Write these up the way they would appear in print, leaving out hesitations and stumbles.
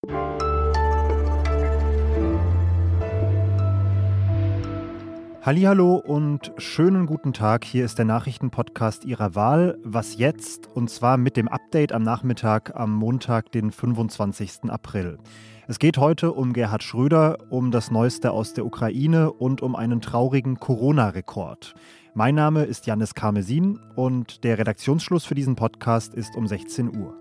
Hallihallo und schönen guten Tag. Hier ist der Nachrichtenpodcast Ihrer Wahl. Was jetzt? Und zwar mit dem Update am Nachmittag am Montag, den 25. April. Es geht heute um Gerhard Schröder, um das Neueste aus der Ukraine und um einen traurigen Corona-Rekord. Mein Name ist Jannis Karmesin und der Redaktionsschluss für diesen Podcast ist um 16 Uhr.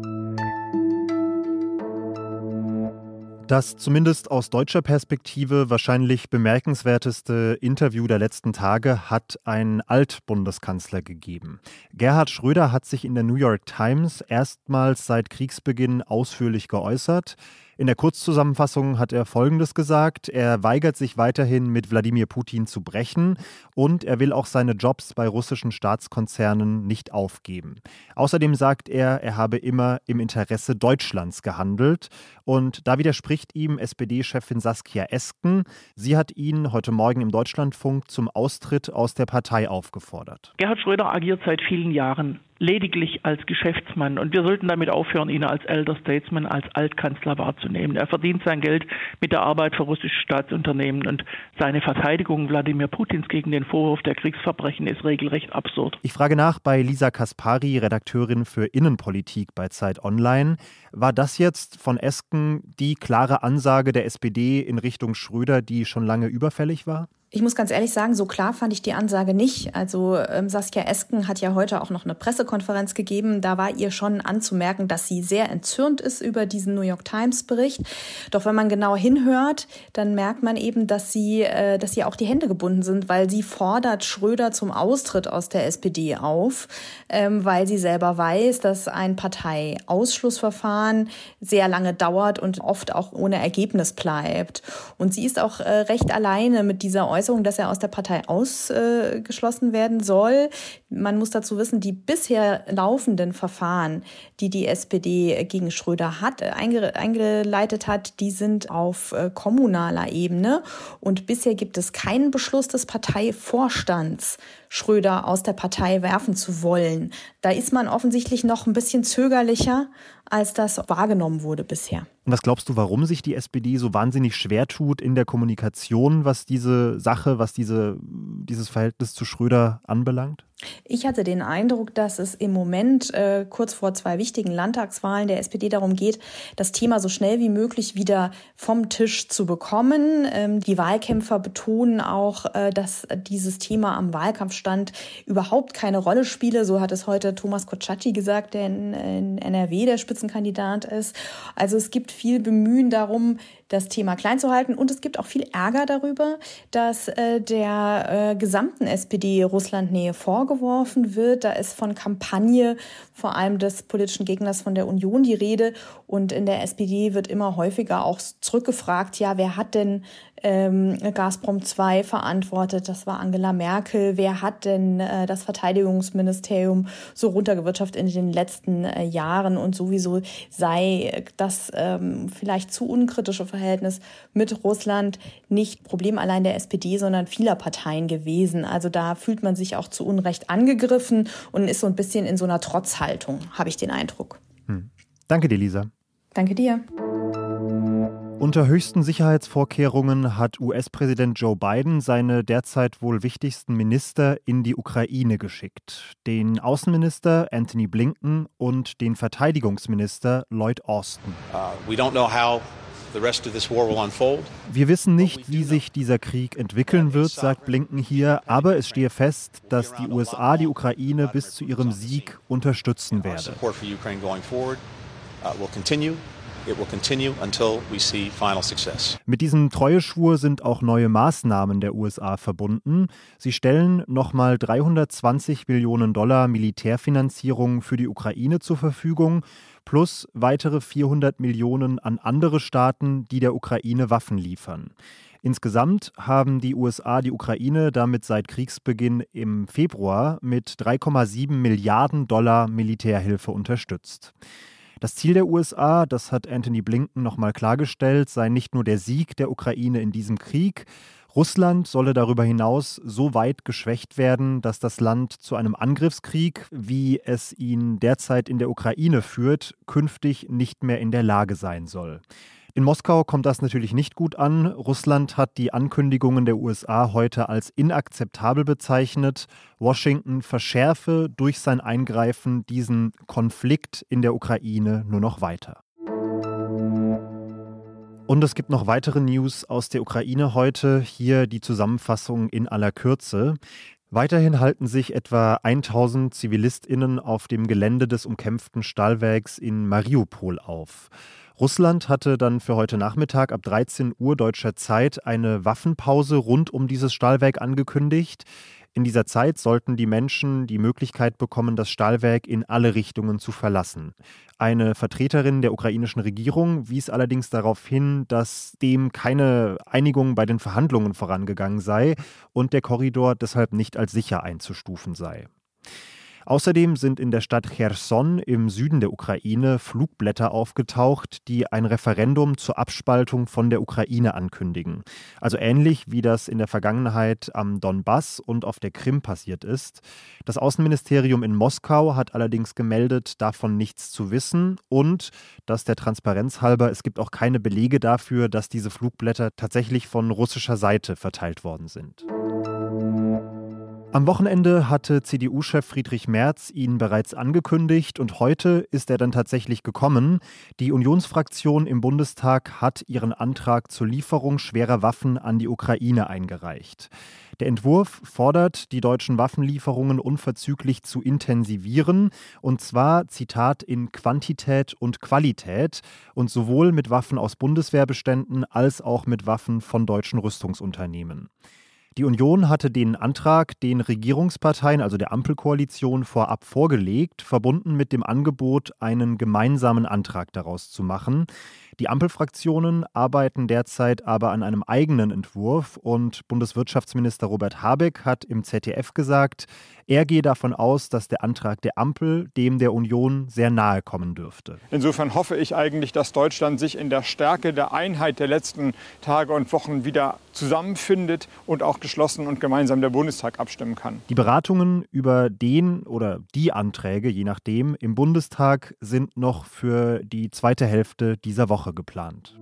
Das zumindest aus deutscher Perspektive wahrscheinlich bemerkenswerteste Interview der letzten Tage hat ein Altbundeskanzler gegeben. Gerhard Schröder hat sich in der New York Times erstmals seit Kriegsbeginn ausführlich geäußert. In der Kurzzusammenfassung hat er Folgendes gesagt: Er weigert sich weiterhin mit Wladimir Putin zu brechen und er will auch seine Jobs bei russischen Staatskonzernen nicht aufgeben. Außerdem sagt er, er habe immer im Interesse Deutschlands gehandelt. Und da widerspricht ihm SPD-Chefin Saskia Esken. Sie hat ihn heute Morgen im Deutschlandfunk zum Austritt aus der Partei aufgefordert. Gerhard Schröder agiert seit vielen Jahren lediglich als Geschäftsmann und wir sollten damit aufhören, ihn als Elder Statesman, als Altkanzler wahrzunehmen. Er verdient sein Geld mit der Arbeit für russische Staatsunternehmen und seine Verteidigung Wladimir Putins gegen den Vorwurf der Kriegsverbrechen ist regelrecht absurd. Ich frage nach bei Lisa Kaspari, Redakteurin für Innenpolitik bei Zeit Online. War das jetzt von Esken die klare Ansage der SPD in Richtung Schröder, die schon lange überfällig war? Ich muss ganz ehrlich sagen, so klar fand ich die Ansage nicht. Also Saskia Esken hat ja heute auch noch eine Pressekonferenz gegeben. Da war ihr schon anzumerken, dass sie sehr entzürnt ist über diesen New York Times Bericht. Doch wenn man genau hinhört, dann merkt man eben, dass sie auch die Hände gebunden sind, weil sie fordert Schröder zum Austritt aus der SPD auf, weil sie selber weiß, dass ein Parteiausschlussverfahren sehr lange dauert und oft auch ohne Ergebnis bleibt. Und sie ist auch recht alleine mit dieser Äußerung, dass er aus der Partei ausgeschlossen werden soll. Man muss dazu wissen, die bisher laufenden Verfahren, die die SPD gegen Schröder eingeleitet hat, die sind auf kommunaler Ebene. Und bisher gibt es keinen Beschluss des Parteivorstands, Schröder aus der Partei werfen zu wollen. Da ist man offensichtlich noch ein bisschen zögerlicher, als das wahrgenommen wurde bisher. Und was glaubst du, warum sich die SPD so wahnsinnig schwer tut in der Kommunikation, was diese Sache, was dieses Verhältnis zu Schröder anbelangt? Ich hatte den Eindruck, dass es im Moment kurz vor 2 wichtigen Landtagswahlen der SPD darum geht, das Thema so schnell wie möglich wieder vom Tisch zu bekommen. Die Wahlkämpfer betonen auch, dass dieses Thema am Wahlkampfstand überhaupt keine Rolle spiele. So hat es heute Thomas Kutschaty gesagt, der in NRW der Spitzenkandidat ist. Also es gibt viel Bemühen darum, das Thema klein zu halten. Und es gibt auch viel Ärger darüber, dass der gesamten SPD Russlandnähe vorgeworfen wird. Da ist von Kampagne vor allem des politischen Gegners von der Union die Rede. Und in der SPD wird immer häufiger auch zurückgefragt, ja, wer hat denn Gazprom 2 verantwortet? Das war Angela Merkel. Wer hat denn das Verteidigungsministerium so runtergewirtschaftet in den letzten Jahren? Und sowieso sei das vielleicht zu unkritische Verhältnis mit Russland nicht Problem allein der SPD, sondern vieler Parteien gewesen. Also da fühlt man sich auch zu Unrecht angegriffen und ist so ein bisschen in so einer Trotzhaltung, habe ich den Eindruck. Danke dir, Lisa. Danke dir. Unter höchsten Sicherheitsvorkehrungen hat US-Präsident Joe Biden seine derzeit wohl wichtigsten Minister in die Ukraine geschickt. Den Außenminister Antony Blinken und den Verteidigungsminister Lloyd Austin. Wir wissen nicht, wie sich dieser Krieg entwickeln wird, sagt Blinken hier, aber es stehe fest, dass die USA die Ukraine bis zu ihrem Sieg unterstützen werde. Mit diesem Treueschwur sind auch neue Maßnahmen der USA verbunden. Sie stellen nochmal $320 Millionen Militärfinanzierung für die Ukraine zur Verfügung, plus weitere 400 Millionen an andere Staaten, die der Ukraine Waffen liefern. Insgesamt haben die USA die Ukraine damit seit Kriegsbeginn im Februar mit $3,7 Milliarden Militärhilfe unterstützt. Das Ziel der USA, das hat Antony Blinken nochmal klargestellt, sei nicht nur der Sieg der Ukraine in diesem Krieg. Russland solle darüber hinaus so weit geschwächt werden, dass das Land zu einem Angriffskrieg, wie es ihn derzeit in der Ukraine führt, künftig nicht mehr in der Lage sein soll. In Moskau kommt das natürlich nicht gut an. Russland hat die Ankündigungen der USA heute als inakzeptabel bezeichnet. Washington verschärfe durch sein Eingreifen diesen Konflikt in der Ukraine nur noch weiter. Und es gibt noch weitere News aus der Ukraine heute. Hier die Zusammenfassung in aller Kürze. Weiterhin halten sich etwa 1000 ZivilistInnen auf dem Gelände des umkämpften Stahlwerks in Mariupol auf. Russland hatte dann für heute Nachmittag ab 13 Uhr deutscher Zeit eine Waffenpause rund um dieses Stahlwerk angekündigt. In dieser Zeit sollten die Menschen die Möglichkeit bekommen, das Stahlwerk in alle Richtungen zu verlassen. Eine Vertreterin der ukrainischen Regierung wies allerdings darauf hin, dass dem keine Einigung bei den Verhandlungen vorangegangen sei und der Korridor deshalb nicht als sicher einzustufen sei. Außerdem sind in der Stadt Cherson im Süden der Ukraine Flugblätter aufgetaucht, die ein Referendum zur Abspaltung von der Ukraine ankündigen. Also ähnlich wie das in der Vergangenheit am Donbass und auf der Krim passiert ist. Das Außenministerium in Moskau hat allerdings gemeldet, davon nichts zu wissen und, dass der Transparenz halber, es gibt auch keine Belege dafür, dass diese Flugblätter tatsächlich von russischer Seite verteilt worden sind. Am Wochenende hatte CDU-Chef Friedrich Merz ihn bereits angekündigt und heute ist er dann tatsächlich gekommen. Die Unionsfraktion im Bundestag hat ihren Antrag zur Lieferung schwerer Waffen an die Ukraine eingereicht. Der Entwurf fordert, die deutschen Waffenlieferungen unverzüglich zu intensivieren und zwar, Zitat, in Quantität und Qualität und sowohl mit Waffen aus Bundeswehrbeständen als auch mit Waffen von deutschen Rüstungsunternehmen. Die Union hatte den Antrag den Regierungsparteien, also der Ampelkoalition, vorab vorgelegt, verbunden mit dem Angebot, einen gemeinsamen Antrag daraus zu machen. Die Ampelfraktionen arbeiten derzeit aber an einem eigenen Entwurf und Bundeswirtschaftsminister Robert Habeck hat im ZDF gesagt, er gehe davon aus, dass der Antrag der Ampel dem der Union sehr nahe kommen dürfte. Insofern hoffe ich eigentlich, dass Deutschland sich in der Stärke der Einheit der letzten Tage und Wochen wieder zusammenfindet und auch geschlossen und gemeinsam der Bundestag abstimmen kann. Die Beratungen über den oder die Anträge, je nachdem, im Bundestag sind noch für die zweite Hälfte dieser Woche geplant.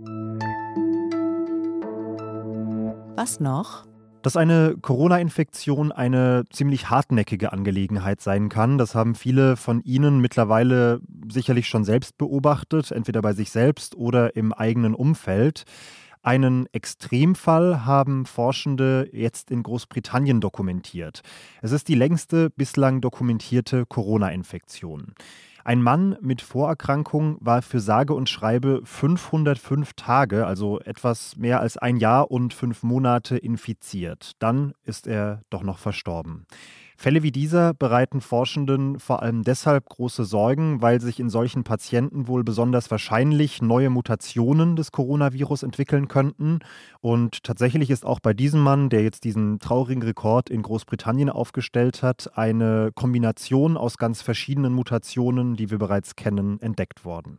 Was noch? Dass eine Corona-Infektion eine ziemlich hartnäckige Angelegenheit sein kann, das haben viele von Ihnen mittlerweile sicherlich schon selbst beobachtet, entweder bei sich selbst oder im eigenen Umfeld. Einen Extremfall haben Forschende jetzt in Großbritannien dokumentiert. Es ist die längste bislang dokumentierte Corona-Infektion. Ein Mann mit Vorerkrankung war für sage und schreibe 505 Tage, also etwas mehr als ein Jahr und 5 Monate infiziert. Dann ist er doch noch verstorben. Fälle wie dieser bereiten Forschenden vor allem deshalb große Sorgen, weil sich in solchen Patienten wohl besonders wahrscheinlich neue Mutationen des Coronavirus entwickeln könnten. Und tatsächlich ist auch bei diesem Mann, der jetzt diesen traurigen Rekord in Großbritannien aufgestellt hat, eine Kombination aus ganz verschiedenen Mutationen, die wir bereits kennen, entdeckt worden.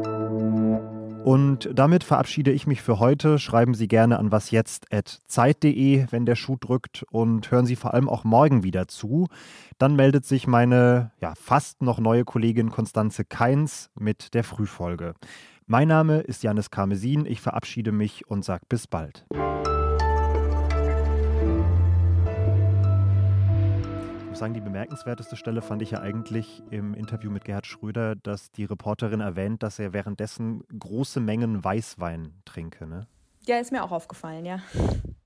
Und damit verabschiede ich mich für heute. Schreiben Sie gerne an wasjetzt@zeit.de, wenn der Schuh drückt und hören Sie vor allem auch morgen wieder zu. Dann meldet sich meine fast noch neue Kollegin Constanze Kainz mit der Frühfolge. Mein Name ist Janis Karmesin. Ich verabschiede mich und sage bis bald. Ich muss sagen, die bemerkenswerteste Stelle fand ich ja eigentlich im Interview mit Gerhard Schröder, dass die Reporterin erwähnt, dass er währenddessen große Mengen Weißwein trinke, ne? Ja, ist mir auch aufgefallen, ja.